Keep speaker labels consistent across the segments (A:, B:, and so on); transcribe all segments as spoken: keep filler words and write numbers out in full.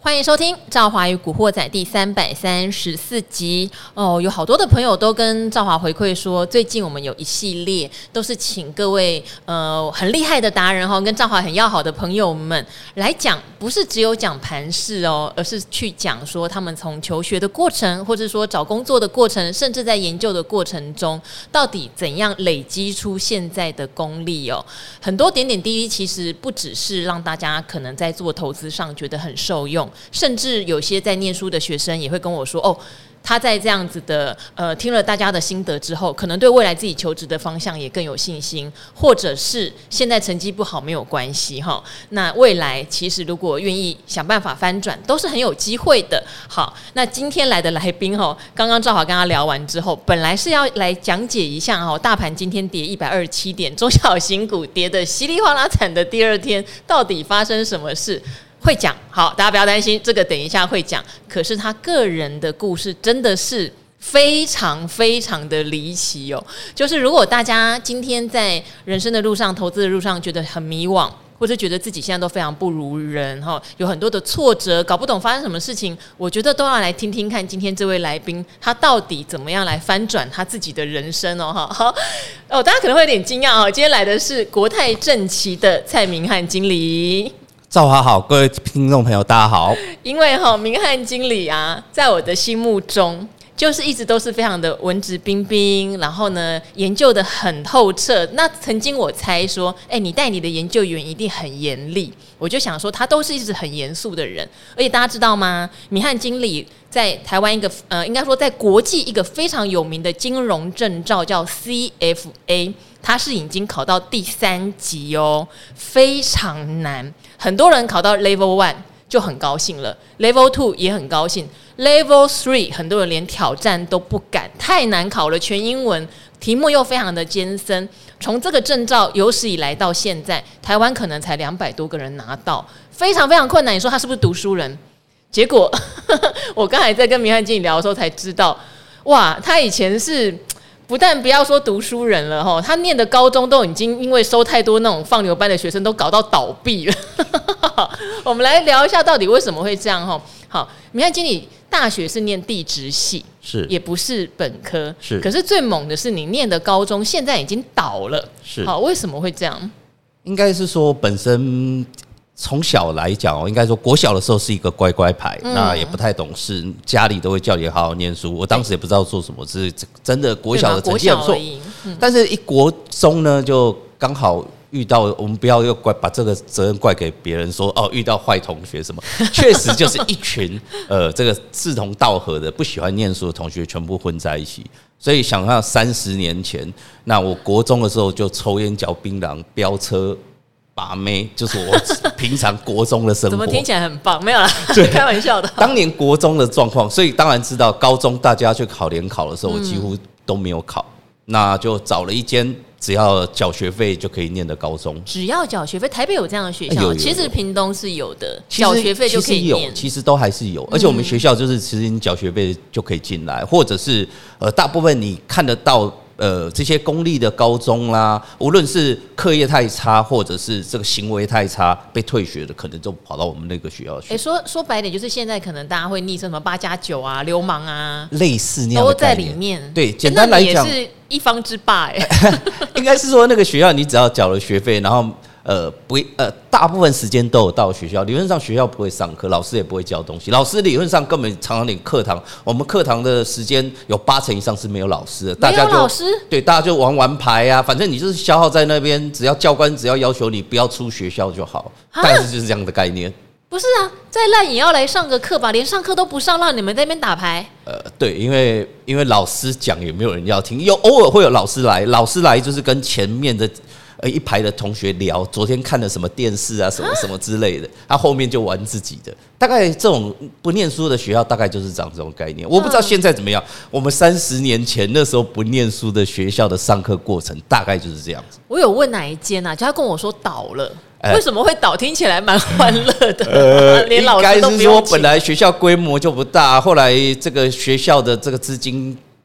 A: 欢迎收听《赵华与古惑仔》第三百三十四集哦，有好多的朋友都跟赵华回馈说，最近我们有一系列都是请各位呃很厉害的达人哈，跟赵华很要好的朋友们来讲，不是只有讲盘势哦，而是去讲说他们从求学的过程，或者说找工作的过程，甚至在研究的过程中，到底怎样累积出现在的功力哦。很多点点滴滴其实不只是让大家可能在做投资上觉得很受用。甚至有些在念书的学生也会跟我说，哦，他在这样子的呃听了大家的心得之后，可能对未来自己求职的方向也更有信心，或者是现在成绩不好没有关系哈，那未来其实如果愿意想办法翻转，都是很有机会的。好，那今天来的来宾哈，刚刚赵华跟他聊完之后，本来是要来讲解一下哈，大盘今天跌一百二十七点，中小型股跌的稀里哗啦惨的第二天，到底发生什么事？会讲，好，大家不要担心，这个等一下会讲。可是他个人的故事真的是非常非常的离奇哦。就是如果大家今天在人生的路上、投资的路上觉得很迷惘，或者觉得自己现在都非常不如人，有很多的挫折，搞不懂发生什么事情，我觉得都要来听听看今天这位来宾他到底怎么样来翻转他自己的人生哦。好哦，大家可能会有点惊讶哦，今天来的是国泰正奇的蔡明翰经理。
B: 赵华好，各位听众朋友大家好。
A: 因为哈、哦、明翰经理啊，在我的心目中就是一直都是非常的文质彬彬，然后呢研究的很透彻。那曾经我猜说，哎，你带你的研究员一定很严厉，我就想说他都是一直很严肃的人。而且大家知道吗？明翰经理在台湾一个呃，应该说在国际一个非常有名的金融证照叫 C F A。他是已经考到第三级哦，非常难。很多人考到 Level One 就很高兴了 ，Level Two 也很高兴 ，Level Three 很多人连挑战都不敢，太难考了，全英文，题目又非常的艰深。从这个证照有史以来到现在，台湾可能才两百多个人拿到，非常非常困难。你说他是不是读书人？结果我刚才在跟明翰经理聊的时候才知道，哇，他以前是。不但不要说读书人了齁，他念的高中都已经因为收太多那种放牛班的学生，都搞到倒闭了。我们来聊一下到底为什么会这样齁。好，明翰经理大学是念地质系，
B: 是也
A: 不是本科，
B: 是。
A: 可是最猛的是你念的高中现在已经倒了，
B: 是。
A: 好，为什么会这样？
B: 应该是说本身。从小来讲哦，应该说国小的时候是一个乖乖牌，嗯、那也不太懂事，家里都会叫你好好念书。我当时也不知道做什么，只是真的国小的成绩很不错。嗯、但是一国中呢，就刚好遇到，我们不要又怪把这个责任怪给别人说哦，遇到坏同学什么，确实就是一群呃这个志同道合的不喜欢念书的同学全部混在一起。所以想到三十年前，那我国中的时候就抽烟嚼槟榔飙车。把妹就是我平常国中的生活，
A: 怎么听起来很棒？没有啦，开玩笑的。
B: 当年国中的状况，所以当然知道高中大家去考联考的时候，我几乎都没有考，嗯、那就找了一间只要缴学费就可以念的高中。
A: 只要缴学费，台北有这样的学校，
B: 有有有
A: 其实屏东是有的，缴学费就可以念。
B: 其实都还是有，而且我们学校就是其实你缴学费就可以进来，或者是呃大部分你看得到。呃，这些公立的高中啦，无论是课业太差，或者是这个行为太差，被退学的，可能就跑到我们那个学校去。
A: 哎、欸，说说白点，就是现在可能大家会昵称什么八加九啊、流氓啊，
B: 类似那样的概念
A: 都在里面。
B: 对，简单来讲，
A: 也是一方之霸哎、欸。
B: 应该是说那个学校，你只要缴了学费，然后。呃，不会，呃，大部分时间都有到学校。理论上学校不会上课，老师也不会教东西。老师理论上根本常常连课堂，我们课堂的时间有八成以上是没有老师的。大家就
A: 没有老师，对，
B: 大家就玩玩牌啊，反正你就是消耗在那边。只要教官只要要求你不要出学校就好，大概就是这样的概念。
A: 不是啊，再烂也要来上个课吧，连上课都不上，让你们在那边打牌。
B: 呃，对，因为因为老师讲也没有人要听，有偶尔会有老师来，老师来就是跟前面的。呃，一排的同学聊昨天看了什么电视啊，什么什么之类的，他后面就玩自己的。大概这种不念书的学校，大概就是长这种概念。我不知道现在怎么样。我们三十年前那时候不念书的学校的上课过程，大概就是这样子。
A: 我有问哪一间啊？就他跟我说倒了。为什么会倒？听起来蛮欢乐的。
B: 呃，
A: 连老师都不用请。
B: 应该是说本来学校规模就不大，后来这个学校的这个资金。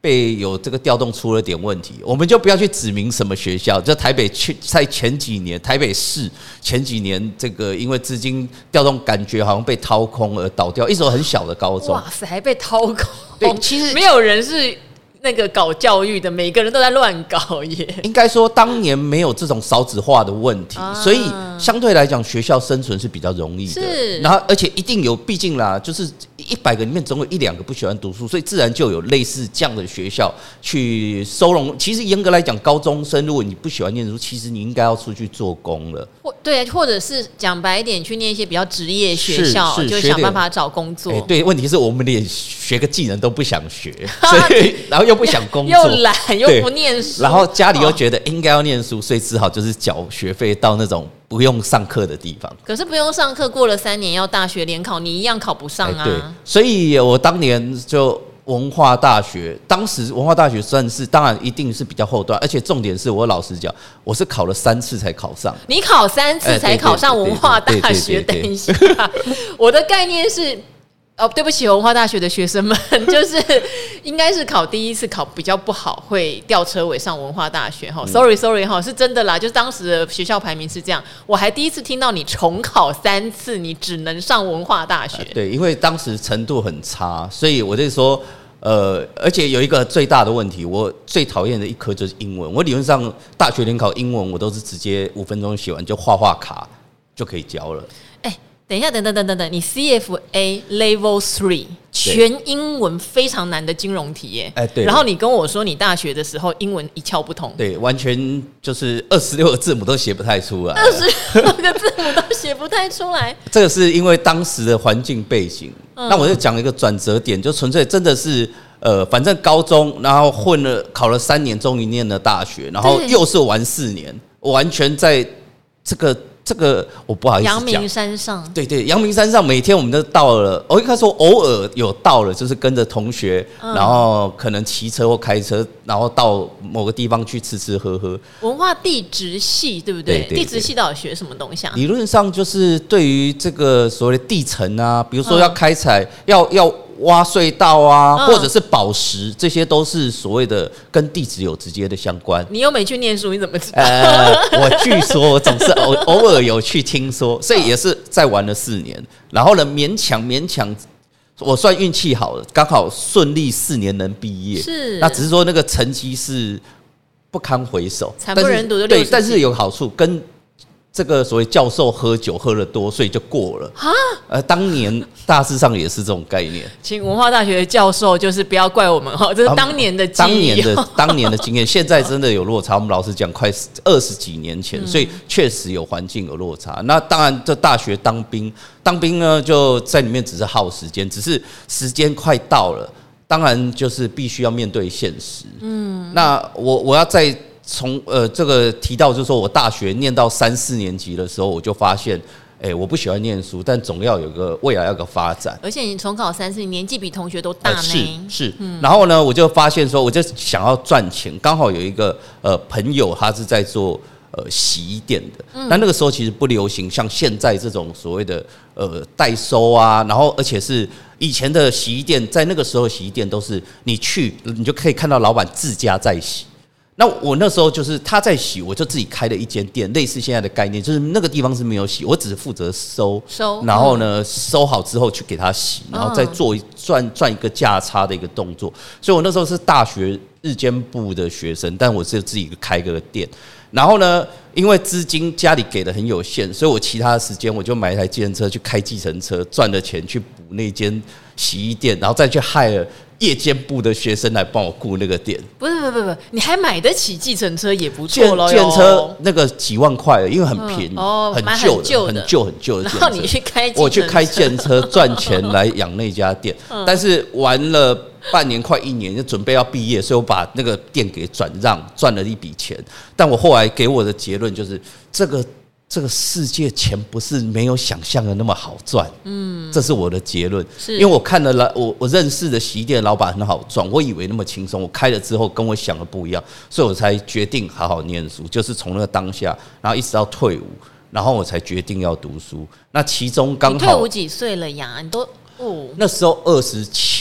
B: 被有这个调动出了点问题，我们就不要去指明什么学校。就台北去在前几年，台北市前几年这个因为资金调动，感觉好像被掏空而倒掉，一所很小的高中。
A: 哇塞，还被掏空？
B: 对，其实
A: 没有人是那个搞教育的，每个人都在乱搞耶。
B: 应该说，当年没有这种少子化的问题，啊、所以相对来讲，学校生存是比较容易的。
A: 是，
B: 然后而且一定有，毕竟啦，就是一百个里面总有一两个不喜欢读书，所以自然就有类似这样的学校去收容。其实严格来讲，高中生如果你不喜欢念书，其实你应该要出去做工了。
A: 或对，或者是讲白一点，去念一些比较职业学校，就想办法找工作。
B: 欸、对，问题是我们连学个技能都不想学，所以然后又不想工作，
A: 又懒又不念书，
B: 然后家里又觉得应该要念书，所以只好就是缴学费到那种不用上课的地方。
A: 可是不用上课，过了三年要大学联考，你一样考不上啊。欸、
B: 对，所以我当年就文化大学，当时文化大学算是当然一定是比较后段，而且重点是我老实讲，我是考了三次才考上。
A: 你考三次才考上文化大学？等一下，我的概念是。哦，对不起，文化大学的学生们，就是应该是考第一次考比较不好，会吊车尾上文化大学哈。Sorry Sorry 哈，是真的啦，就是当时的学校排名是这样。我还第一次听到你重考三次，你只能上文化大学。
B: 呃、对，因为当时程度很差，所以我就说，呃，而且有一个最大的问题，我最讨厌的一科就是英文。我理论上大学联考英文，我都是直接五分钟写完，就画画卡就可以交了。
A: 哎。等一下，等等等等等，你 C F A Level Three 全英文非常难的金融题耶，哎，对。然后你跟我说你大学的时候英文一窍不通，
B: 对，完全就是二十六个字母都写不太出来，
A: 二十六个字母都写不太出来。
B: 这个是因为当时的环境背景。嗯、那我就讲一个转折点，就纯粹真的是呃，反正高中然后混了考了三年，终于念了大学，然后又是玩四年，我完全在这个。这个我不好意思讲。
A: 阳明山上，
B: 对对，阳明山上每天我们都到了。我应该说偶尔有到了，就是跟着同学，嗯、然后可能骑车或开车，然后到某个地方去吃吃喝喝。
A: 文化地质系对不对？
B: 对对对，
A: 地质系到底学什么东西啊？
B: 理论上就是对于这个所谓的地层啊，比如说要开采，嗯、要要。挖隧道啊，嗯、或者是宝石，这些都是所谓的跟地质有直接的相关。
A: 你又没去念书，你怎么知道？
B: 呃，我据说我总是偶偶尔有去听说，所以也是在玩了四年，然后呢，勉强勉强，我算运气好了，刚好顺利四年能毕业。
A: 是，
B: 那只是说那个成绩是不堪回首，
A: 惨不忍睹的。
B: 对，但是有好处，跟这个所谓教授喝酒喝得多，所以就过了。哈，呃，当年大致上也是这种概念。
A: 请文化大学的教授就是不要怪我们哈，这是当年的经验、
B: 当年的当年的经验，现在真的有落差。我们老实讲，快二十几年前，嗯、所以确实有环境有落差。那当然，这大学当兵，当兵呢就在里面只是耗时间，只是时间快到了，当然就是必须要面对现实。嗯，那我我要在。从呃这个提到就是说我大学念到三四年级的时候，我就发现，哎、欸，我不喜欢念书，但总要有个未来要有个发展。
A: 而且你重考三次，你年纪比同学都大呢。呃、
B: 是是、嗯，然后呢，我就发现说，我就想要赚钱，刚好有一个呃朋友，他是在做呃洗衣店的。嗯、那那个时候其实不流行像现在这种所谓的呃代收啊，然后而且是以前的洗衣店，在那个时候洗衣店都是你去，你就可以看到老板自家在洗。那我那时候就是他在洗，我就自己开了一间店，类似现在的概念，就是那个地方是没有洗，我只是负责收
A: 收，
B: 然后呢、嗯、收好之后去给他洗，然后再做赚赚一个价差的一个动作。所以我那时候是大学日间部的学生，但我是自己开个店。然后呢，因为资金家里给的很有限，所以我其他的时间我就买一台计程车去开计程车，赚了钱去补那间洗衣店，然后再去害了夜间部的学生来帮我顾那个店。
A: 不是不是不是，你还买得起计程车也不错咯。
B: 计程车那个几万块，因为很便宜，
A: 嗯、哦，
B: 很旧的，很旧很旧的。
A: 然后你去开，
B: 我去开计程车赚钱来养那家店，嗯、但是玩了半年快一年，就准备要毕业，所以我把那个店给转让，赚了一笔钱。但我后来给我的结论就是，这个这个世界钱不是没有想象的那么好赚。嗯，这是我的结论。因为我看了我我认识的洗衣店的老板很好赚，我以为那么轻松，我开了之后跟我想的不一样，所以我才决定好好念书，就是从那个当下，然后一直到退伍，然后我才决定要读书。那其中刚好
A: 你退伍几岁了呀？你都。哦，
B: 那时候二十七，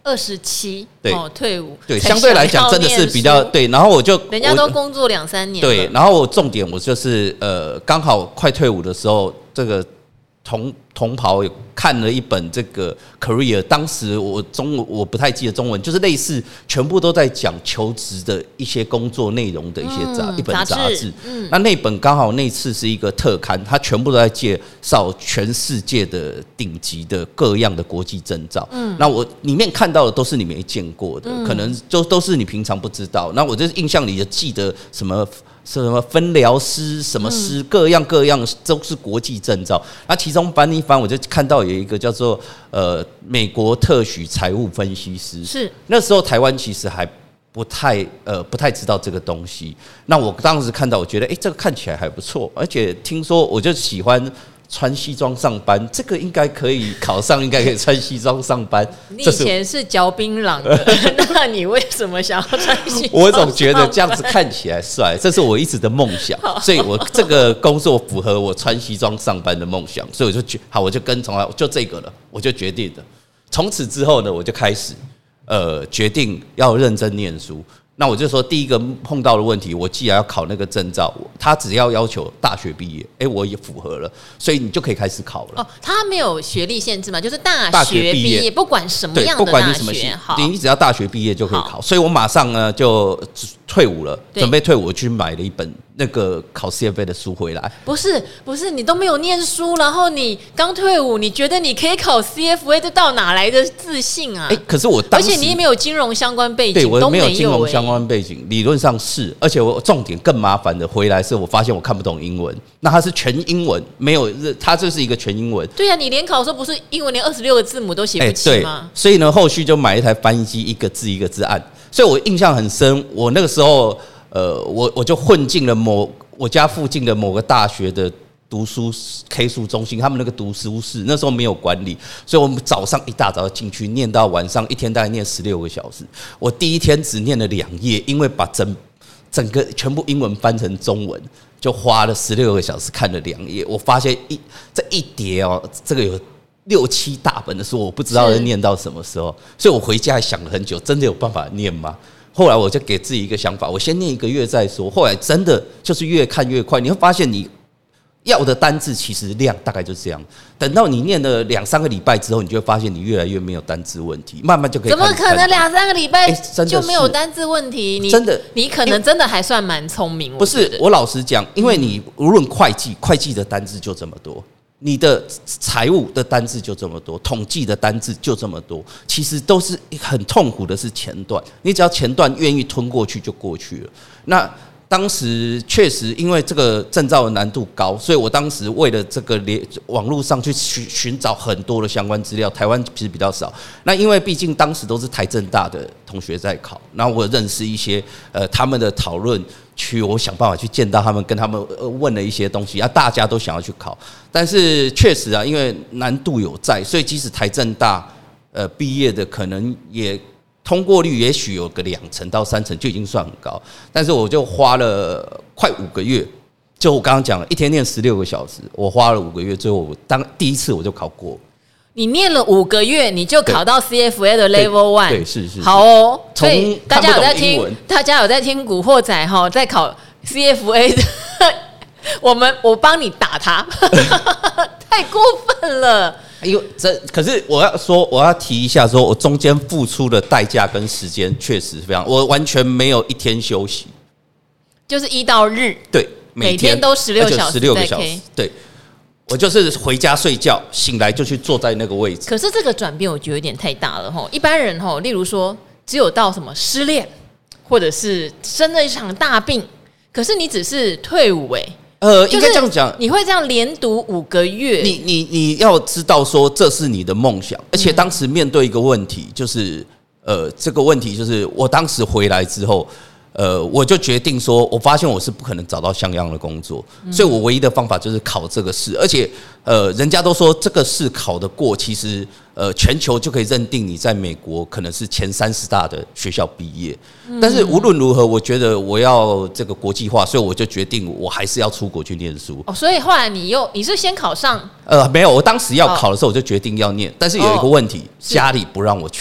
A: 二十七，
B: 对、
A: 哦，退伍，
B: 对，相对来讲真的是比较对。然后我就
A: 人家都工作两三年了，
B: 对，然后我重点我就是呃，刚好快退伍的时候，这个同同袍有看了一本这个 career， 当时我中文我不太记得中文，就是类似全部都在讲求职的一些工作内容的一些杂、嗯、一本杂志。嗯，那那本刚好那次是一个特刊，它全部都在介绍全世界的顶级的各样的国际证照。嗯，那我里面看到的都是你没见过的，嗯、可能就都是你平常不知道。那我这印象里的记得什么？什么分疗师、什么师，各样各样都是国际证照。那其中翻一翻，我就看到有一个叫做呃美国特许财务分析师。
A: 是
B: 那时候台湾其实还不太呃不太知道这个东西。那我当时看到，我觉得哎、欸，这个看起来还不错，而且听说我就喜欢穿西装上班，这个应该可以考上，应该可以穿西装上班。
A: 你以前是嚼槟榔的，那你为什么想要穿西装？
B: 我总觉得这样子看起来帅，这是我一直的梦想，所以我这个工作符合我穿西装上班的梦想，所以我就觉好，我就跟从来就这个了，我就决定了。从此之后呢，我就开始呃决定要认真念书。那我就说，第一个碰到的问题，我既然要考那个证照，他只要要求大学毕业，哎、欸，我也符合了，所以你就可以开始考了。
A: 哦，他没有学历限制嘛，就是大学毕业，不管什么样的大学，
B: 不管你什么系，你只要大学毕业就可以考。所以我马上呢就退伍了，准备退伍，我去买了一本那个考 C F A 的书回来。
A: 不是不是，你都没有念书，然后你刚退伍，你觉得你可以考 C F A， 这到哪来的自信啊？
B: 哎、欸，可是我当时，
A: 而且你也没有金融相关背景，
B: 对我没有金融相
A: 关。
B: 相关背景理论上是，而且我重点更麻烦的回来是我发现我看不懂英文，那它是全英文，没有它这是一个全英文。
A: 对啊，你联考的时候不是英文连二十六个字母都写不起吗？
B: 欸、所以呢，后续就买一台翻译机，一个字一个字按。所以我印象很深，我那个时候呃，我我就混进了某我家附近的某个大学的读书 K 书中心，他们那个读书室那时候没有管理，所以我们早上一大早进去念到晚上，一天大概念十六个小时。我第一天只念了两页，因为把整整个全部英文翻成中文，就花了十六个小时看了两页。我发现一这一叠哦，这个有六七大本的书，我不知道要念到什么时候，所以我回家还想了很久，真的有办法念吗？后来我就给自己一个想法，我先念一个月再说。后来真的就是越看越快，你会发现你要的单字其实量大概就是这样，等到你念了两三个礼拜之后，你就会发现你越来越没有单字问题，慢慢就可以。
A: 怎么可能两三个礼拜就没有单字问题？你
B: 真的，
A: 你可能真的还算蛮聪明。
B: 不是，我老实讲，因为你无论会计，会计的单字就这么多，你的财务的单字就这么多，统计的单字就这么多，其实都是很痛苦的是前段，你只要前段愿意吞过去就过去了。那当时确实因为这个证照的难度高，所以我当时为了这个网络上去寻寻找很多的相关资料，台湾其实比较少。那因为毕竟当时都是台政大的同学在考，然后我认识一些呃他们的讨论区，我想办法去见到他们，跟他们问了一些东西啊，大家都想要去考，但是确实啊，因为难度有在，所以即使台政大呃毕业的可能也。通过率也许有个两成到三成就已经算很高，但是我就花了快五个月，就我刚刚讲了，一天念十六个小时，我花了五个月，最后我当第一次我就考过。
A: 你念了五个月，你就考到 C F A 的 Level One，
B: 对，是是。
A: 好哦，所以大家有在听，大家有在听《古惑仔》哈，在考 C F A 的，我们我帮你打他，太过分了。
B: 因为这可是我要说，我要提一下说，我中间付出的代价跟时间确实非常，我完全没有一天休息，
A: 就是一到日，
B: 对，
A: 每 天, 每天都十六小时，
B: 十六个小时，对，我就是回家睡觉，醒来就去坐在那个位置。
A: 可是这个转变，我觉得有点太大了哈。一般人哈，例如说，只有到什么失恋，或者是生了一场大病，可是你只是退伍哎、欸。
B: 呃，应该这样讲，
A: 你会这样连读五个月？
B: 你你你要知道说这是你的梦想，而且当时面对一个问题，就是呃，这个问题就是我当时回来之后，呃，我就决定说，我发现我是不可能找到像样的工作，所以我唯一的方法就是考这个试，而且呃，人家都说这个试考得过，其实呃，全球就可以认定你在美国可能是前三十大的学校毕业。但是无论如何，我觉得我要这个国际化，所以我就决定我还是要出国去念书。
A: 哦，所以后来你又你是先考上？
B: 呃，没有，我当时要考的时候我就决定要念，但是有一个问题，
A: 哦、
B: 家里不让我去。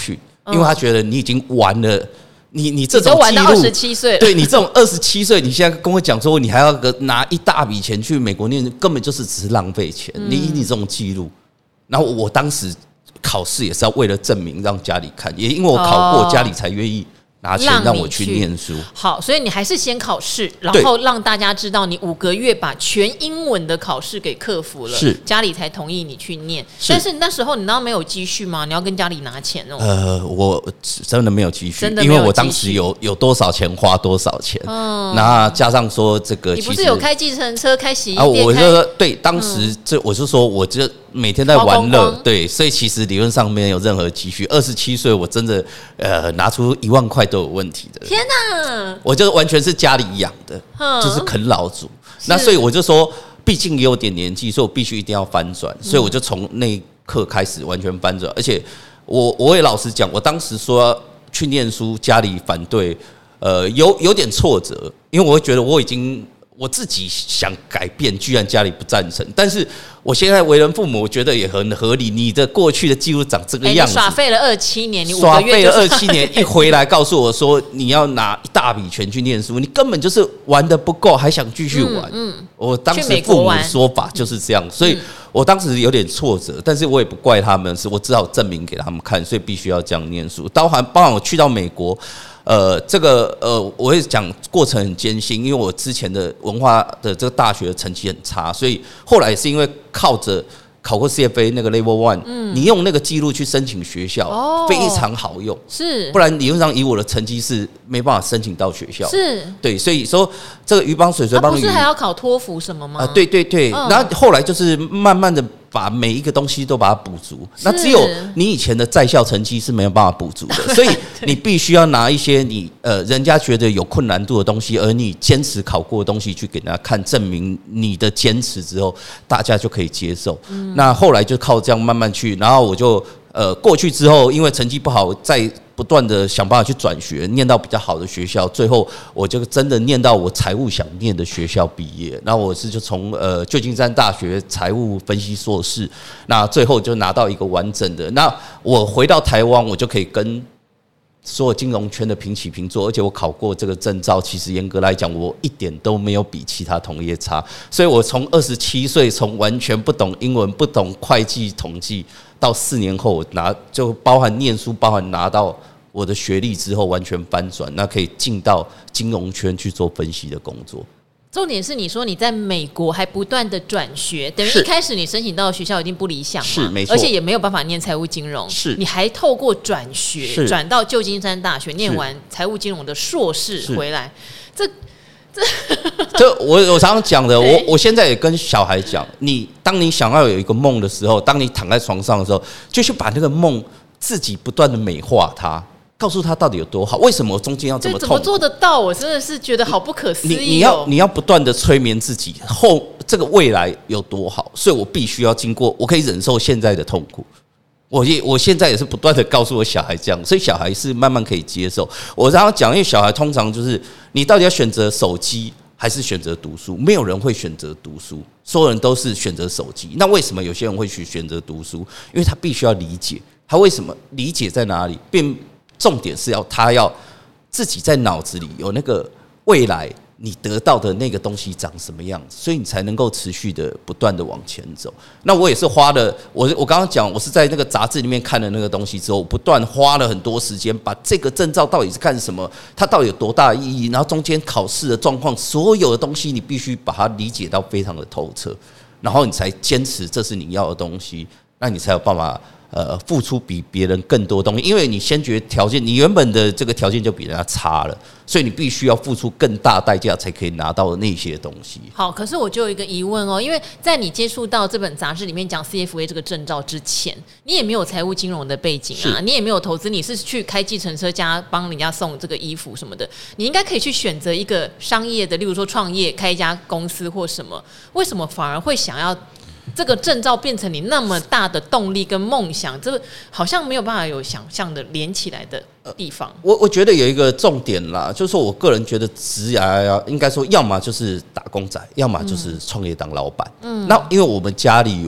B: 因为他觉得你已经玩了。你你这种
A: 记录，你都玩到二十七岁，
B: 对你这种二十七岁，你现在跟我讲说你还要拿一大笔钱去美国念，根本就是只是浪费钱。嗯、你以你这种记录，然后我当时考试也是要为了证明让家里看，也因为我考过，哦、家里才愿意拿钱让我去念书。
A: 好，所以你还是先考试，然后让大家知道你五个月把全英文的考试给克服了，是家里才同意你去念。是但是那时候你难道没有积蓄吗？你要跟家里拿钱哦。
B: 呃，我真的没有积蓄，因为我当时有有多少钱花多少钱。嗯，那加上说这个，
A: 你不是有开计程车、开洗衣
B: 店？
A: 啊，
B: 我就说对，当时这我是说，我就每天在玩乐，对，所以其实理论上没有任何积蓄。二十七岁，我真的呃拿出一万块都有问题的。
A: 天哪！
B: 我就完全是家里养的，就是啃老族。那所以我就说，毕竟也有点年纪，所以我必须一定要翻转。所以我就从那一刻开始完全翻转。而且我我也老实讲，我当时说去念书，家里反对，呃，有有点挫折，因为我会觉得我已经。我自己想改变，居然家里不赞成。但是我现在为人父母，我觉得也很合理。你的过去的记录长这个样子，
A: 欸、耍废了二七年，你五
B: 耍
A: 个月
B: 废了二七年，一回来告诉我说你要拿一大笔钱去念书，你根本就是玩得不够，还想继续玩。嗯，嗯我当时父母的说法就是这样，所以我当时有点挫折，但是我也不怪他们，是我只好证明给他们看，所以必须要这样念书。包含包含我去到美国。呃，这个呃，我会讲过程很艰辛，因为我之前的文化的这个大学的成绩很差，所以后来也是因为靠着考过 C F A 那个 Level One，嗯，你用那个记录去申请学校，哦，非常好用，
A: 是，
B: 不然理论上以我的成绩是没办法申请到学校，
A: 是，
B: 对，所以说这个鱼帮水，水帮鱼，
A: 不是还要考托福什么吗？
B: 啊，对对对，嗯，然后后来就是慢慢的。把每一个东西都把它补足，那只有你以前的在校成绩是没有办法补足的，所以你必须要拿一些你呃人家觉得有困难度的东西，而你坚持考过的东西去给大家看，证明你的坚持之后，大家就可以接受。嗯，那后来就靠这样慢慢去，然后我就呃过去之后，因为成绩不好，再不断的想办法去转学，念到比较好的学校，最后我就真的念到我财务想念的学校毕业。那我是就从呃旧金山大学财务分析硕士，那最后就拿到一个完整的。那我回到台湾，我就可以跟所有金融圈的平起平坐，而且我考过这个证照，其实严格来讲，我一点都没有比其他同业差。所以我从二十七岁，从完全不懂英文、不懂会计统计，到四年后我拿就包含念书，包含拿到我的学历之后，完全翻转，那可以进到金融圈去做分析的工作。
A: 重点是你说你在美国还不断的转学，等于一开始你申请到的学校已经不理想嘛，
B: 是没错，
A: 而且也没有办法念财务金融，是你还透过转学转到旧金山大学念完财务金融的硕士回来，这这
B: 这我我常常讲的，我我现在也跟小孩讲，你当你想要有一个梦的时候，当你躺在床上的时候，就去把那个梦自己不断的美化它。告诉他到底有多好，为什么我中间要这么痛苦？
A: 怎么做得到？我真的是觉得好不可思议、哦。
B: 你你要你要不断的催眠自己，后这个未来有多好，所以我必须要经过，我可以忍受现在的痛苦。我也我现在也是不断的告诉我小孩这样，所以小孩是慢慢可以接受。我常常讲，因为小孩通常就是你到底要选择手机还是选择读书，没有人会选择读书，所有人都是选择手机。那为什么有些人会去选择读书？因为他必须要理解，他为什么理解在哪里，并。重点是要他要自己在脑子里有那个未来你得到的那个东西长什么样子，所以你才能够持续的不断的往前走。那我也是花了我我刚刚讲，我是在那个杂志里面看了那个东西之后，不断花了很多时间，把这个证照到底是干什么，它到底有多大的意义，然后中间考试的状况，所有的东西你必须把它理解到非常的透彻，然后你才坚持这是你要的东西，那你才有办法。呃，付出比别人更多东西，因为你先决条件，你原本的这个条件就比人家差了，所以你必须要付出更大代价才可以拿到那些东西。
A: 好，可是我就有一个疑问哦，因为在你接触到这本杂志里面讲 C F A 这个证照之前，你也没有财务金融的背景啊，你也没有投资，你是去开计程车加帮人家送这个衣服什么的，你应该可以去选择一个商业的，例如说创业开一家公司或什么，为什么反而会想要？这个证照变成你那么大的动力跟梦想，这个好像没有办法有想象的连起来的地方。
B: 呃、我我觉得有一个重点啦，就是说我个人觉得职涯应该说，要么就是打工仔，要么就是创业当老板。嗯，那因为我们家里我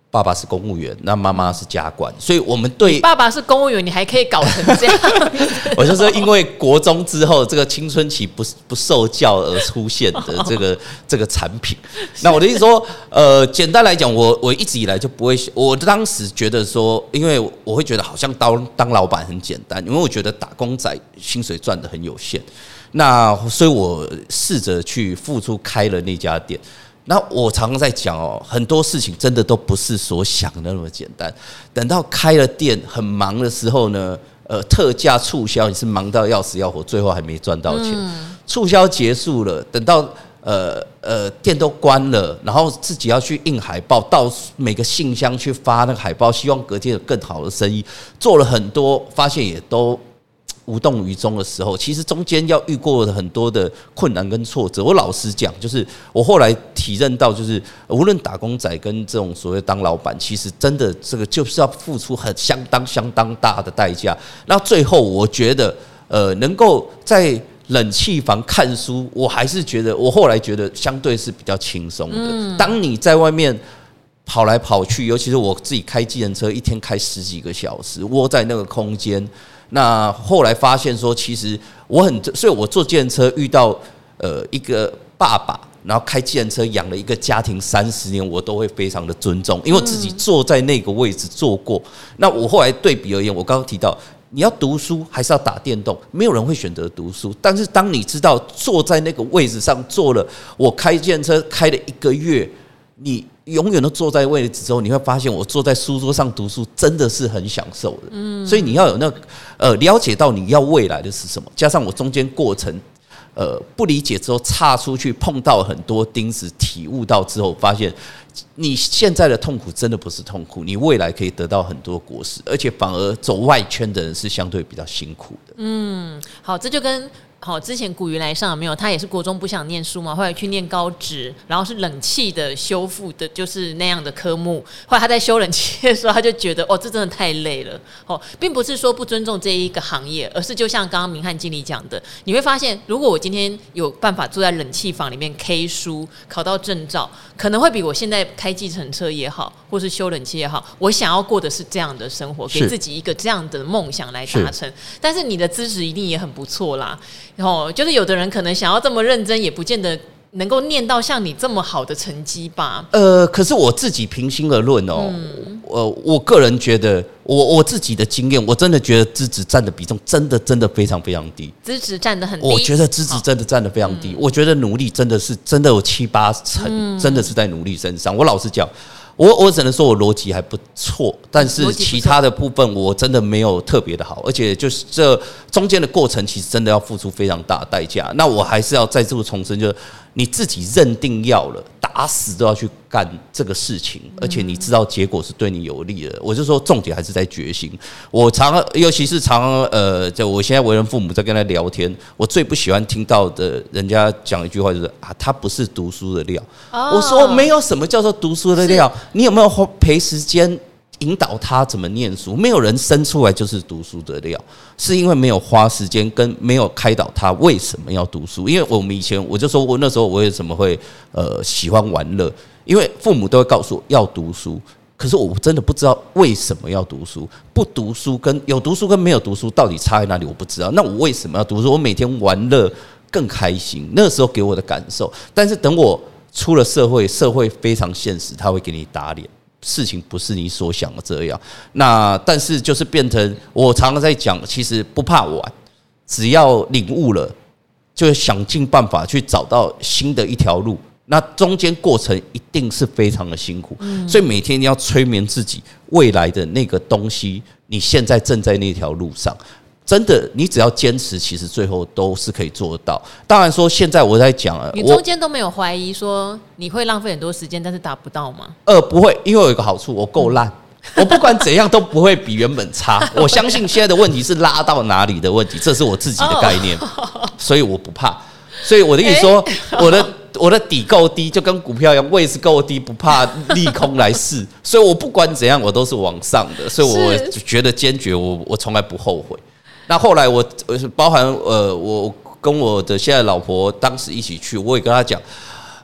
B: 爸爸是公务员，那妈妈是家管，所以我们对
A: 你爸爸是公务员，你还可以搞成这样。
B: 我就说，因为国中之后这个青春期不不受教而出现的这个这个产品。那我的意思说，呃，简单来讲，我我一直以来就不会，我当时觉得说，因为我会觉得好像当当老板很简单，因为我觉得打工仔薪水赚的很有限，那所以我试着去付出开了那家店。那我常常在讲哦，很多事情真的都不是所想的那么简单。等到开了店很忙的时候呢，呃，特价促销你是忙到要死要活，最后还没赚到钱。嗯、促销结束了，等到呃呃店都关了，然后自己要去印海报，到每个信箱去发那个海报，希望隔天有更好的生意。做了很多，发现也都无动于衷的时候，其实中间要遇过很多的困难跟挫折。我老实讲，就是我后来体认到，就是无论打工仔跟这种所谓当老板，其实真的这个就是要付出很相当相当大的代价。那最后我觉得，呃，能够在冷气房看书，我还是觉得，我后来觉得相对是比较轻松的。嗯、当你在外面跑来跑去，尤其是我自己开计程车，一天开十几个小时，窝在那个空间。那后来发现说，其实我很，所以我坐计程车遇到呃一个爸爸，然后开计程车养了一个家庭三十年，我都会非常的尊重，因为我自己坐在那个位置坐过。那我后来对比而言，我刚刚提到，你要读书还是要打电动？没有人会选择读书，但是当你知道坐在那个位置上坐了，我开计程车开了一个月，你永远都坐在位置之后，你会发现我坐在书桌上读书真的是很享受的。嗯，所以你要有那呃了解到你要未来的是什么，加上我中间过程呃不理解之后，岔出去碰到很多钉子，体悟到之后，发现你现在的痛苦真的不是痛苦，你未来可以得到很多果实，而且反而走外圈的人是相对比较辛苦的。
A: 嗯，好，这就跟。好，之前古鱼来上有没有？他也是国中不想念书嘛，后来去念高职，然后是冷气的修复的，就是那样的科目。后来他在修冷气的时候，他就觉得哦，这真的太累了。哦，并不是说不尊重这一个行业，而是就像刚刚明翰经理讲的，你会发现，如果我今天有办法坐在冷气房里面 K 书，考到证照，可能会比我现在开计程车也好，或是修冷气也好，我想要过的是这样的生活，给自己一个这样的梦想来达成。但是你的资质一定也很不错啦。然后就是有的人可能想要这么认真，也不见得能够念到像你这么好的成绩吧。
B: 呃，可是我自己平心而论哦，嗯、呃，我个人觉得，我我自己的经验，我真的觉得资质占的比重真的真的非常非常低。
A: 资质占的很低，
B: 我觉得资质真的占的非常低。嗯、我觉得努力真的是真的有七八成，嗯、真的是在努力身上。我老实讲。我我只能说我逻辑还不错，但是其他的部分我真的没有特别的好，而且就是这中间的过程其实真的要付出非常大的代价。那我还是要再次重申，就是你自己认定要了，打死都要去干这个事情，而且你知道结果是对你有利的。我就说重点还是在决心。我常尤其是常呃，就我现在为人父母在跟他聊天，我最不喜欢听到的人家讲一句话就是啊，他不是读书的料。哦、我说没有什么叫做读书的料。你有没有陪时间引导他怎么念书？没有人生出来就是读书的料，是因为没有花时间跟没有开导他为什么要读书。因为我们以前我就说我那时候我为什么会呃喜欢玩乐，因为父母都会告诉我要读书，可是我真的不知道为什么要读书。不读书跟有读书跟没有读书到底差在哪里，我不知道。那我为什么要读书？我每天玩乐更开心，那时候给我的感受。但是等我出了社会，社会非常现实，他会给你打脸，事情不是你所想的这样。那但是就是变成我常常在讲，其实不怕晚，只要领悟了，就想尽办法去找到新的一条路。那中间过程一定是非常的辛苦，嗯、所以每天你要催眠自己，未来的那个东西，你现在正在那条路上。真的，你只要坚持，其实最后都是可以做得到。当然说，现在我在讲了，
A: 你中间都没有怀疑说你会浪费很多时间，但是达不到吗？
B: 呃，不会，因为我有一个好处，我够烂，我不管怎样都不会比原本差。我相信现在的问题是拉到哪里的问题，这是我自己的概念，所以我不怕。所以我的意思说，我的我的底够低，就跟股票一样，位置够低，不怕利空来试。所以我不管怎样，我都是往上的，所以我觉得坚决，我我从来不后悔。那后来我包含呃，我跟我的现在老婆当时一起去，我也跟她讲，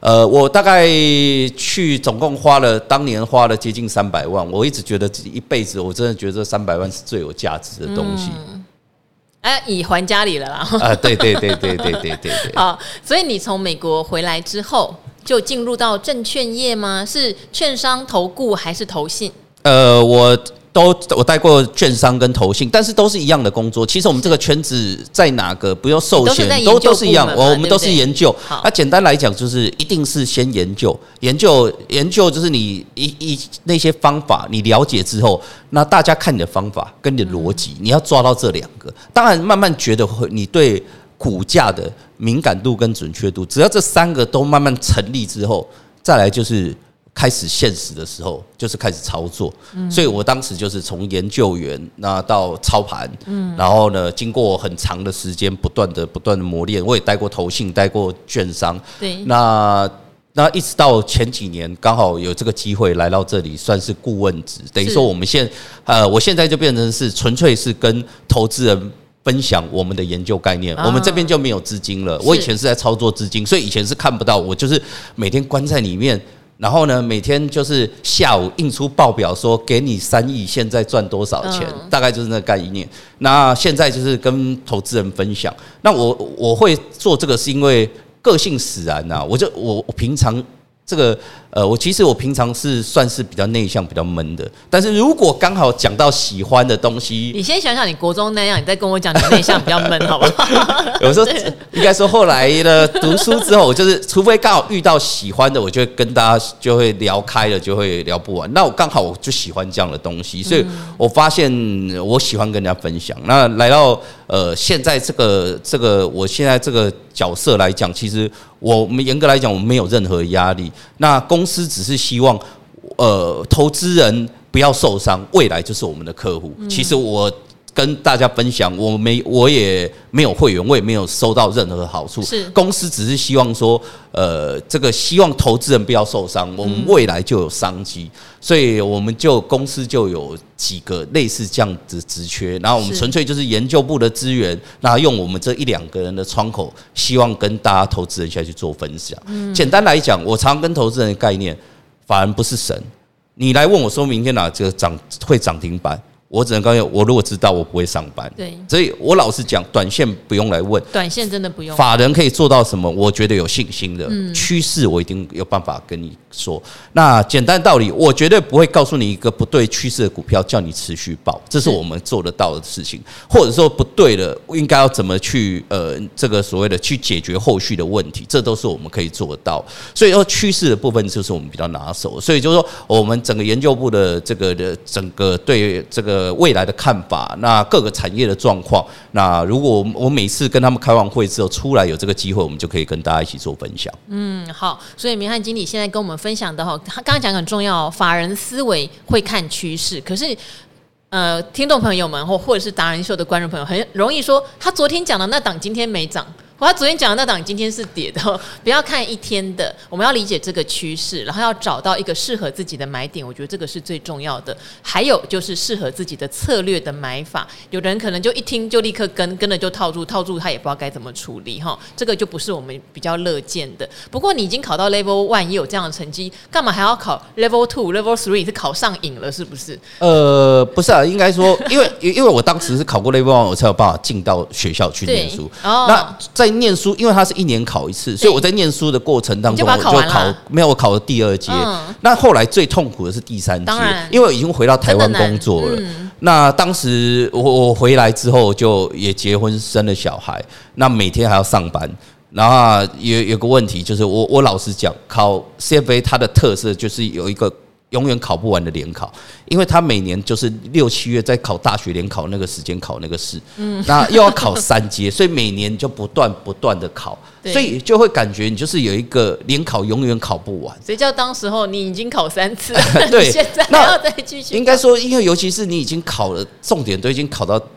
B: 呃，我大概去总共花了，当年花了接近三百万。我一直觉得自己一辈子，我真的觉得这三百万是最有价值的东西。嗯
A: 哎、啊，已还家里了啦！
B: 啊，对对对对对对对对。
A: 好，所以你从美国回来之后，就进入到证券业吗？是券商、投顾还是投信？
B: 呃，我都我带过券商跟投信，但是都是一样的工作。其实我们这个圈子在哪个不用寿险，都都是一样，我们都是研究。那简单来讲，就是一定是先研究，研究研究，就是你一一那些方法你了解之后，那大家看你的方法跟你的逻辑，你要抓到这两个。当然，慢慢觉得你对股价的敏感度跟准确度，只要这三个都慢慢成立之后，再来就是开始现实的时候，就是开始操作。嗯、所以我当时就是从研究员那到操盘，嗯、然后呢，经过很长的时间，不断的不断的磨练。我也带过投信，带过券商，
A: 对，
B: 那那一直到前几年，刚好有这个机会来到这里，算是顾问职，等于说我们现呃，我现在就变成是纯粹是跟投资人分享我们的研究概念，啊、我们这边就没有资金了。我以前是在操作资金，所以以前是看不到，我就是每天关在里面。然后呢，每天就是下午印出报表说给你三亿，现在赚多少钱，嗯、大概就是那个概念。那现在就是跟投资人分享。那我我会做这个是因为个性使然呐、啊，我就我我平常这个呃，我其实我平常是算是比较内向、比较闷的。但是如果刚好讲到喜欢的东西，
A: 你先想想你国中那样，你再跟我讲你内向比较闷，好不好？
B: 有时候应该说后来呢，读书之后，我就是除非刚好遇到喜欢的，我就会跟大家就会聊开了，就会聊不完。那我刚好我就喜欢这样的东西，所以我发现我喜欢跟人家分享。那来到呃现在这个这个我现在这个角色来讲，其实我们严格来讲，我们没有任何压力。那公司只是希望，呃，投资人不要受伤，未来就是我们的客户。嗯、其实我跟大家分享，我没我也没有会员，我也没有收到任何好处。是公司只是希望说，呃，这个希望投资人不要受伤，我们未来就有商机。嗯、所以我们就公司就有几个类似这样子职缺，然后我们纯粹就是研究部的资源，然后用我们这一两个人的窗口，希望跟大家投资人下去做分享。嗯、简单来讲，我常跟投资人的概念，法人不是神。你来问我说明天哪个涨会涨停板，我只能告诉你，我如果知道，我不会上班。对，所以我老实讲，短线不用来问，
A: 短线真的不用。
B: 法人可以做到什么？我觉得有信心的趋势，我一定有办法跟你说。那简单道理，我绝对不会告诉你一个不对趋势的股票，叫你持续抱，这是我们做得到的事情。或者说不对的，应该要怎么去呃这个所谓的去解决后续的问题，这都是我们可以做得到。所以说趋势的部分就是我们比较拿手。所以就是说，我们整个研究部的这个的整个对这个未来的看法，那各个产业的状况，那如果我每次跟他们开完会之后出来有这个机会，我们就可以跟大家一起做分享。
A: 嗯，好，所以明翰经理现在跟我们分享的哈，他刚刚讲很重要，法人思维会看趋势，可是。呃，听众朋友们或或者是达人秀的观众朋友，很容易说他昨天讲的那档今天没涨，或他昨天讲的那档今天是跌的。不要看一天的，我们要理解这个趋势，然后要找到一个适合自己的买点，我觉得这个是最重要的。还有就是适合自己的策略的买法，有人可能就一听就立刻跟，跟了就套住，套住他也不知道该怎么处理哈，这个就不是我们比较乐见的。不过你已经考到 Level One 也有这样的成绩，干嘛还要考 Level Two、Level Three？ 是考上瘾了是不是？
B: 呃，不是啊。应该说，因为因为我当时是考过 Level One， 我才有办法进到学校去念书。哦、那在念书，因为它是一年考一次，所以我在念书的过程当中，我就考没有我考了第二阶。嗯、那后来最痛苦的是第三阶，因为我已经回到台湾工作了。嗯、那当时我我回来之后，就也结婚生了小孩，那每天还要上班。然后有有个问题就是我我老实讲，考 C F A 它的特色就是有一个永远考不完的联考，因为他每年就是六七月在考大学联考那个时间考那个试，嗯，那又要考三阶，所以每年就不断不断的考，所以就会感觉你就是有一个联考永远考不完。
A: 谁叫当时候你已经考三次了，对，现在还要再继续。
B: 应该说，因为尤其是你已经考了，重点都已经考到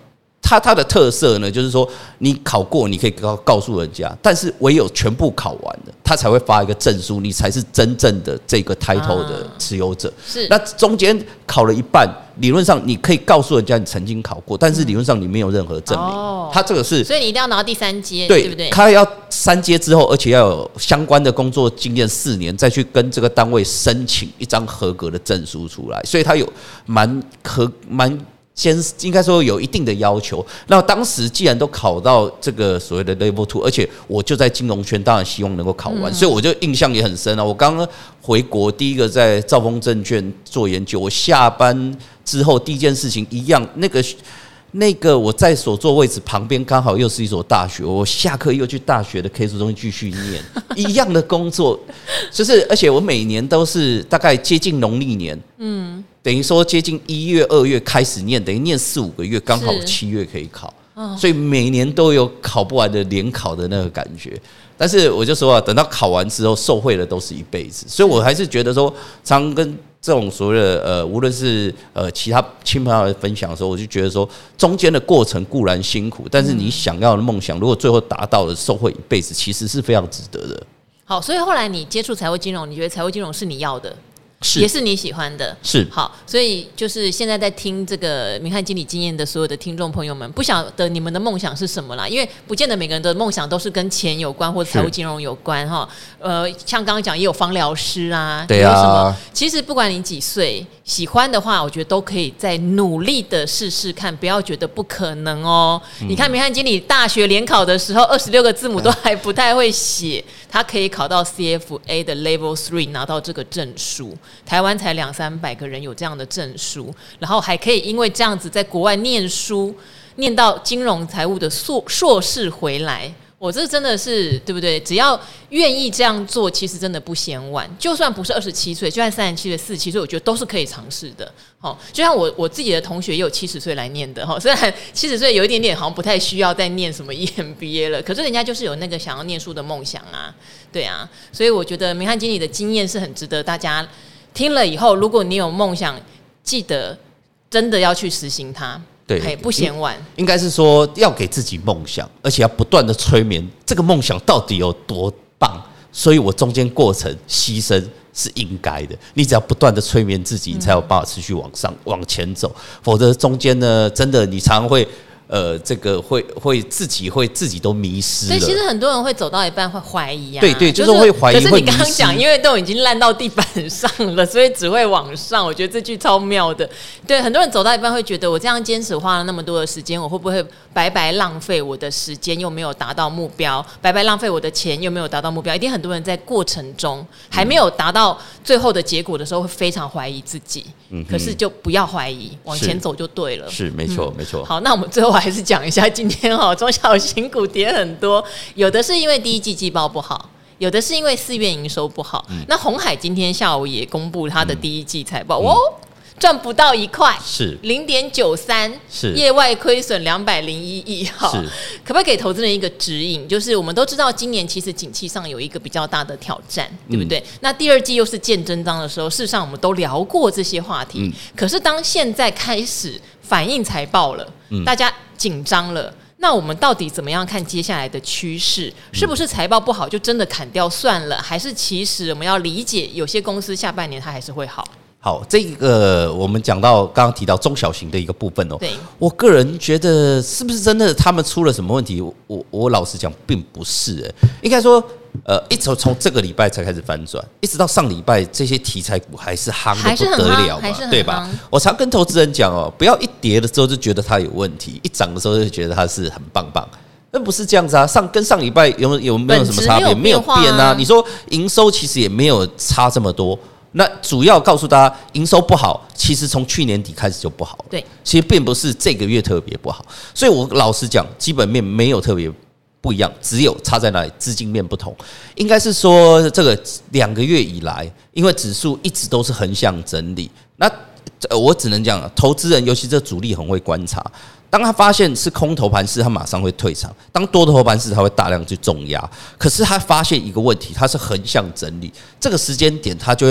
B: 它它的特色呢，就是说你考过，你可以告告诉人家，但是唯有全部考完了，他才会发一个证书，你才是真正的这个 title 的持有者。
A: 啊、是，
B: 那中间考了一半，理论上你可以告诉人家你曾经考过，但是理论上你没有任何证明。哦，他这个是，
A: 所以你一定要拿到第三阶，
B: 对，
A: 对不对？
B: 他要三阶之后，而且要有相关的工作经验四年，再去跟这个单位申请一张合格的证书出来，所以他有蛮合蛮。先应该说有一定的要求。那当时既然都考到这个所谓的 Level Two， 而且我就在金融圈，当然希望能够考完，嗯、所以我就印象也很深啊。我刚刚回国，第一个在兆丰证券做研究，我下班之后第一件事情一样，那个那个我在所坐位置旁边刚好又是一所大学，我下课又去大学的 K 书中心继续念一样的工作，就是而且我每年都是大概接近农历年，嗯。等于说接近一月、二月开始念，等于念四五个月，刚好七月可以考，所以每年都有考不完的联考的那个感觉。但是我就说啊，等到考完之后，受惠的都是一辈子，所以我还是觉得说，常常跟这种所谓的呃，无论是呃其他亲朋好友分享的时候，我就觉得说，中间的过程固然辛苦，但是你想要的梦想，如果最后达到了，受惠一辈子，其实是非常值得的。
A: 好，所以后来你接触财务金融，你觉得财务金融是你要的？是也是你喜欢的，
B: 是
A: 好，所以就是现在在听这个明翰经理经验的所有的听众朋友们，不晓得你们的梦想是什么啦？因为不见得每个人的梦想都是跟钱有关或者财务金融有关哈。呃，像刚刚讲也有芳疗师啊，
B: 对啊，
A: 有什么？其实不管你几岁，喜欢的话，我觉得都可以再努力的试试看，不要觉得不可能哦。嗯、你看明翰经理大学联考的时候，二十六个字母都还不太会写，他可以考到 C F A 的 Level Three 拿到这个证书。台湾才两三百个人有这样的证书，然后还可以因为这样子在国外念书，念到金融财务的硕硕士回来。我这真的是对不对？只要愿意这样做，其实真的不嫌晚。就算不是二十七岁，就算三十七岁、四十七岁，我觉得都是可以尝试的。哦，就像我我自己的同学也有七十岁来念的哈，虽然七十岁有一点点好像不太需要再念什么 E M B A 了，可是人家就是有那个想要念书的梦想啊，对啊，所以我觉得明翰经理的经验是很值得大家听了以后，如果你有梦想，记得真的要去实行它。对，不嫌晚。
B: 应该是说要给自己梦想，而且要不断的催眠这个梦想到底有多棒。所以我中间过程牺牲是应该的。你只要不断的催眠自己，你才有办法持续往上往前走。否则中间呢，真的你常常会。呃，这个会会自己会自己都迷失了。
A: 对，其实很多人会走到一半会怀疑啊。
B: 对对，就是会怀疑。
A: 可是你刚刚讲，因为都已经烂到地板上了，所以只会往上。我觉得这句超妙的。对，很多人走到一半会觉得，我这样坚持花了那么多的时间，我会不会白白浪费我的时间，又没有达到目标？白白浪费我的钱，又没有达到目标？一定很多人在过程中还没有达到最后的结果的时候，会非常怀疑自己。嗯，可是就不要怀疑，往前走就对了。
B: 是，没错，没错。
A: 好，那我们最后还是讲一下今天哈，中小型股跌很多，有的是因为第一季季报不好，有的是因为四月营收不好。嗯、那鸿海今天下午也公布它的第一季财报，哦、嗯，赚不到一块，
B: 是
A: 零点九三，
B: 是
A: 业外亏损两百零一亿。好，可不可以给投资人一个指引？就是我们都知道今年其实景气上有一个比较大的挑战，对不对？嗯、那第二季又是见真章的时候，事实上我们都聊过这些话题。嗯、可是当现在开始反映财报了，嗯、大家紧张了。那我们到底怎么样看接下来的趋势？是不是财报不好就真的砍掉算了？还是其实我们要理解有些公司下半年它还是会好？
B: 好，这个我们讲到刚刚提到中小型的一个部分哦。
A: 对，
B: 我个人觉得是不是真的他们出了什么问题？我我老实讲，并不是、欸。应该说，呃，一直从这个礼拜才开始翻转，一直到上礼拜，这些题材股还是夯的不得了嘛，对吧？我常跟投资人讲哦，不要一跌的时候就觉得它有问题，一涨的时候就觉得它是很棒棒。那不是这样子啊，上跟上礼拜有有没有什么差别？没有变啊。你说营收其实也没有差这么多。那主要告诉大家，营收不好，其实从去年底开始就不好了。
A: 对，
B: 其实并不是这个月特别不好。所以我老实讲，基本面没有特别不一样，只有差在哪里，资金面不同。应该是说，这个两个月以来，因为指数一直都是横向整理，那我只能讲，投资人尤其这主力很会观察。当他发现是空头盘势，他马上会退场；当多头盘势，他会大量去重压。可是他发现一个问题，它是横向整理，这个时间点他就会把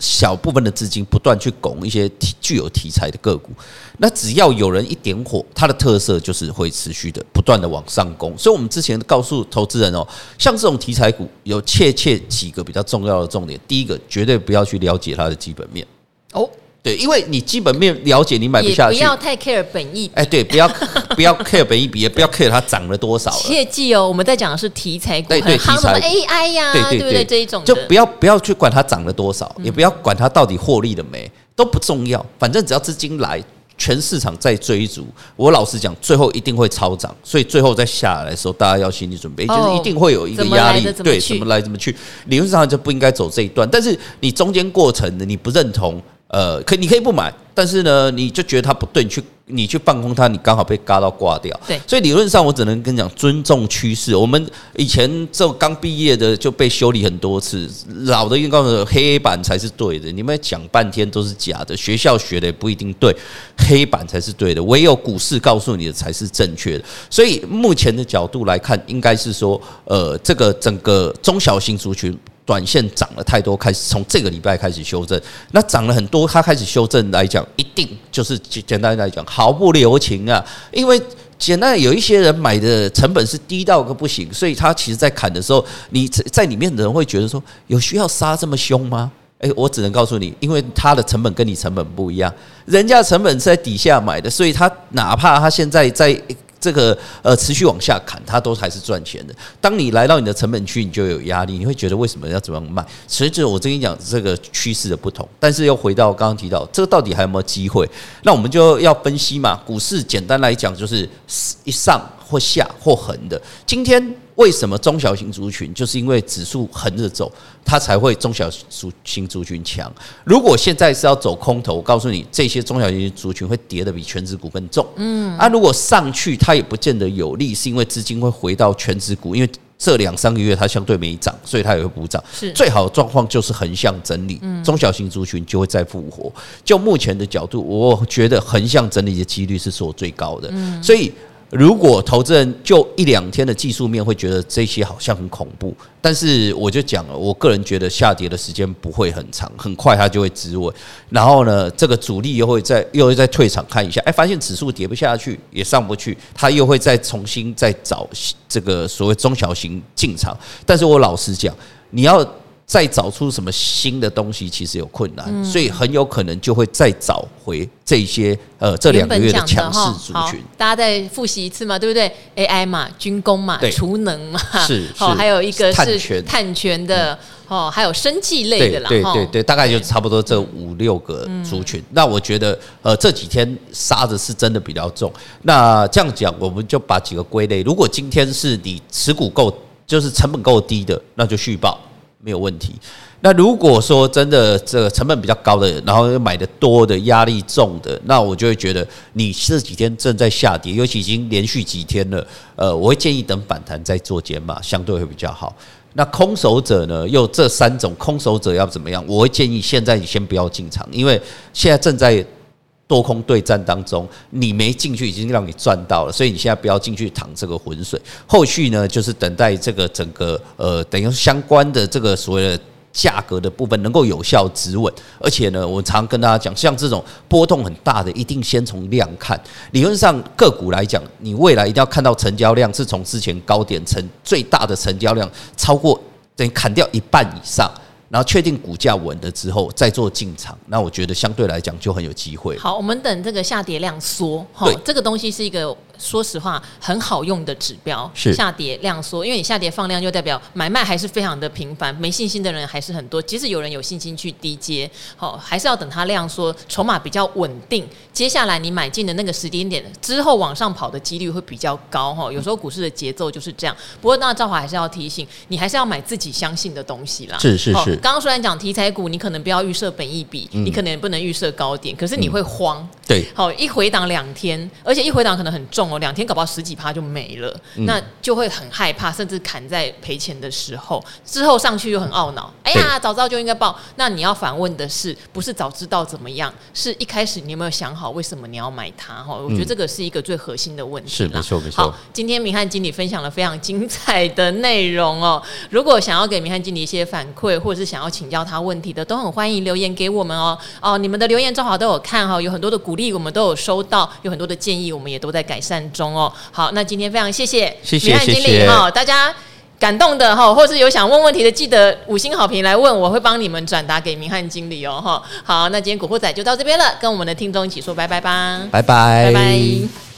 B: 小部分的资金不断去拱一些具有题材的个股，那只要有人一点火，它的特色就是会持续的不断的往上攻。所以我们之前告诉投资人哦，像这种题材股有切切几个比较重要的重点。第一个，绝对不要去了解它的基本面哦。对，因为你基本面了解，你买不下去，
A: 也不要太 care 本益比。
B: 哎，对，不要不要 care 本益比，也不要 care 它涨了多少了。
A: 切记哦，我们在讲的是题材股，
B: 对对，
A: 很夯什么 A I 呀，对不对？这一种
B: 就不要不要去管它涨了多少，也不要管它到底获利了没，都不重要，反正只要资金来。全市场在追逐，我老实讲，最后一定会超涨，所以最后再下来的时候，大家要心理准备，哦、就是一定会有一个压力，对，怎么来怎么去，理论上就不应该走这一段，但是你中间过程的你不认同，呃，可你可以不买，但是呢，你就觉得它不对，你去你去放空它，你刚好被嘎到挂掉，
A: 对，
B: 所以理论上我只能跟你讲，尊重趋势。我们以前这刚毕业的就被修理很多次，老的应该说黑板才是对的，你们讲半天都是假的，学校学的也不一定对，黑板才是对的，唯有股市告诉你的才是正确的。所以目前的角度来看，应该是说，呃，这个整个中小型族群。短线涨了太多，开始从这个礼拜开始修正。那涨了很多，它开始修正来讲，一定就是简单来讲毫不留情啊。因为简单有一些人买的成本是低到个不行，所以他其实在砍的时候，你在里面的人会觉得说，有需要杀这么凶吗？哎、欸，我只能告诉你，因为他的成本跟你成本不一样，人家的成本是在底下买的，所以他哪怕他现在在。这个呃持续往下砍，它都还是赚钱的。当你来到你的成本区，你就有压力，你会觉得为什么要怎么样卖？随着我跟你讲这个趋势的不同，但是又回到刚刚提到，这个到底还有没有机会？那我们就要分析嘛。股市简单来讲就是一上或下或横的。今天为什么中小型族群？就是因为指数横着走，它才会中小型族群强。如果现在是要走空头，我告诉你，这些中小型族群会跌得比全指股更重。嗯，啊，如果上去它也不见得有利，是因为资金会回到全指股，因为这两三个月它相对没涨，所以它也会补涨。是最好的状况就是横向整理，嗯、中小型族群就会再复活。就目前的角度，我觉得横向整理的几率是所最高的。嗯，所以。如果投资人就一两天的技术面会觉得这些好像很恐怖，但是我就讲了，我个人觉得下跌的时间不会很长，很快它就会止稳。然后呢，这个主力又会再又会再退场看一下，哎，发现指数跌不下去，也上不去，它又会再重新再找这个所谓中小型进场。但是我老实讲，你要再找出什么新的东西，其实有困难，嗯、所以很有可能就会再找回这些呃这两个月的强势族群。
A: 大家再复习一次嘛，对不对 ？A I 嘛，军工嘛，储能嘛，
B: 是
A: 哦，还有一个是
B: 碳权
A: 碳权的、嗯、哦，还有生技类的啦，
B: 对对对对，大概就差不多这五六个族群。嗯、那我觉得呃这几天杀的是真的比较重。那这样讲，我们就把几个归类。如果今天是你持股够，就是成本够低的，那就续报。没有问题。那如果说真的这个成本比较高的，然后又买的多的、压力重的，那我就会觉得你这几天正在下跌，尤其已经连续几天了。呃，我会建议等反弹再做减码，相对会比较好。那空手者呢？又这三种空手者要怎么样？我会建议现在你先不要进场，因为现在正在多空对战当中，你没进去已经让你赚到了，所以你现在不要进去淌这个浑水。后续呢，就是等待这个整个呃，等于相关的这个所谓的价格的部分能够有效止稳。而且呢，我常跟大家讲，像这种波动很大的，一定先从量看。理论上个股来讲，你未来一定要看到成交量是从之前高点成最大的成交量超过，等于砍掉一半以上。然后确定股价稳了之后再做进场，那我觉得相对来讲就很有机会。
A: 好，我们等这个下跌量缩，
B: 对，
A: 这个东西是一个说实话很好用的指标，
B: 是
A: 下跌量缩，因为你下跌放量就代表买卖还是非常的频繁，没信心的人还是很多。即使有人有信心去低接，好，还是要等它量缩，筹码比较稳定，接下来你买进的那个时间点之后往上跑的几率会比较高哈。有时候股市的节奏就是这样。不过那兆华还是要提醒你，还是要买自己相信的东西啦。
B: 是是是。
A: 刚刚虽然讲题材股，你可能不要预设本益比，嗯、你可能也不能预设高点，可是你会慌。
B: 嗯、对，
A: 好，一回档两天，而且一回档可能很重哦，两天搞不好十几趴就没了，嗯、那就会很害怕，甚至砍在赔钱的时候，之后上去又很懊恼。哎呀，早知道就应该报。那你要反问的是，不是早知道怎么样，是一开始你有没有想好为什么你要买它？哈，我觉得这个是一个最核心的问题。
B: 是没错没错。
A: 好，今天明翰经理分享了非常精彩的内容哦。如果想要给明翰经理一些反馈，或者是想要请教他问题的，都很欢迎留言给我们哦。哦，你们的留言正好都有看哈，有很多的鼓励我们都有收到，有很多的建议我们也都在改善中哦。好，那今天非常谢谢明翰经理哈，大家感动的哈，或是有想问问题的，记得五星好评来问，我会帮你们转达给明翰经理哦哈。好，那今天古惑仔就到这边了，跟我们的听众一起说拜拜吧，
B: 拜拜，
A: 拜拜。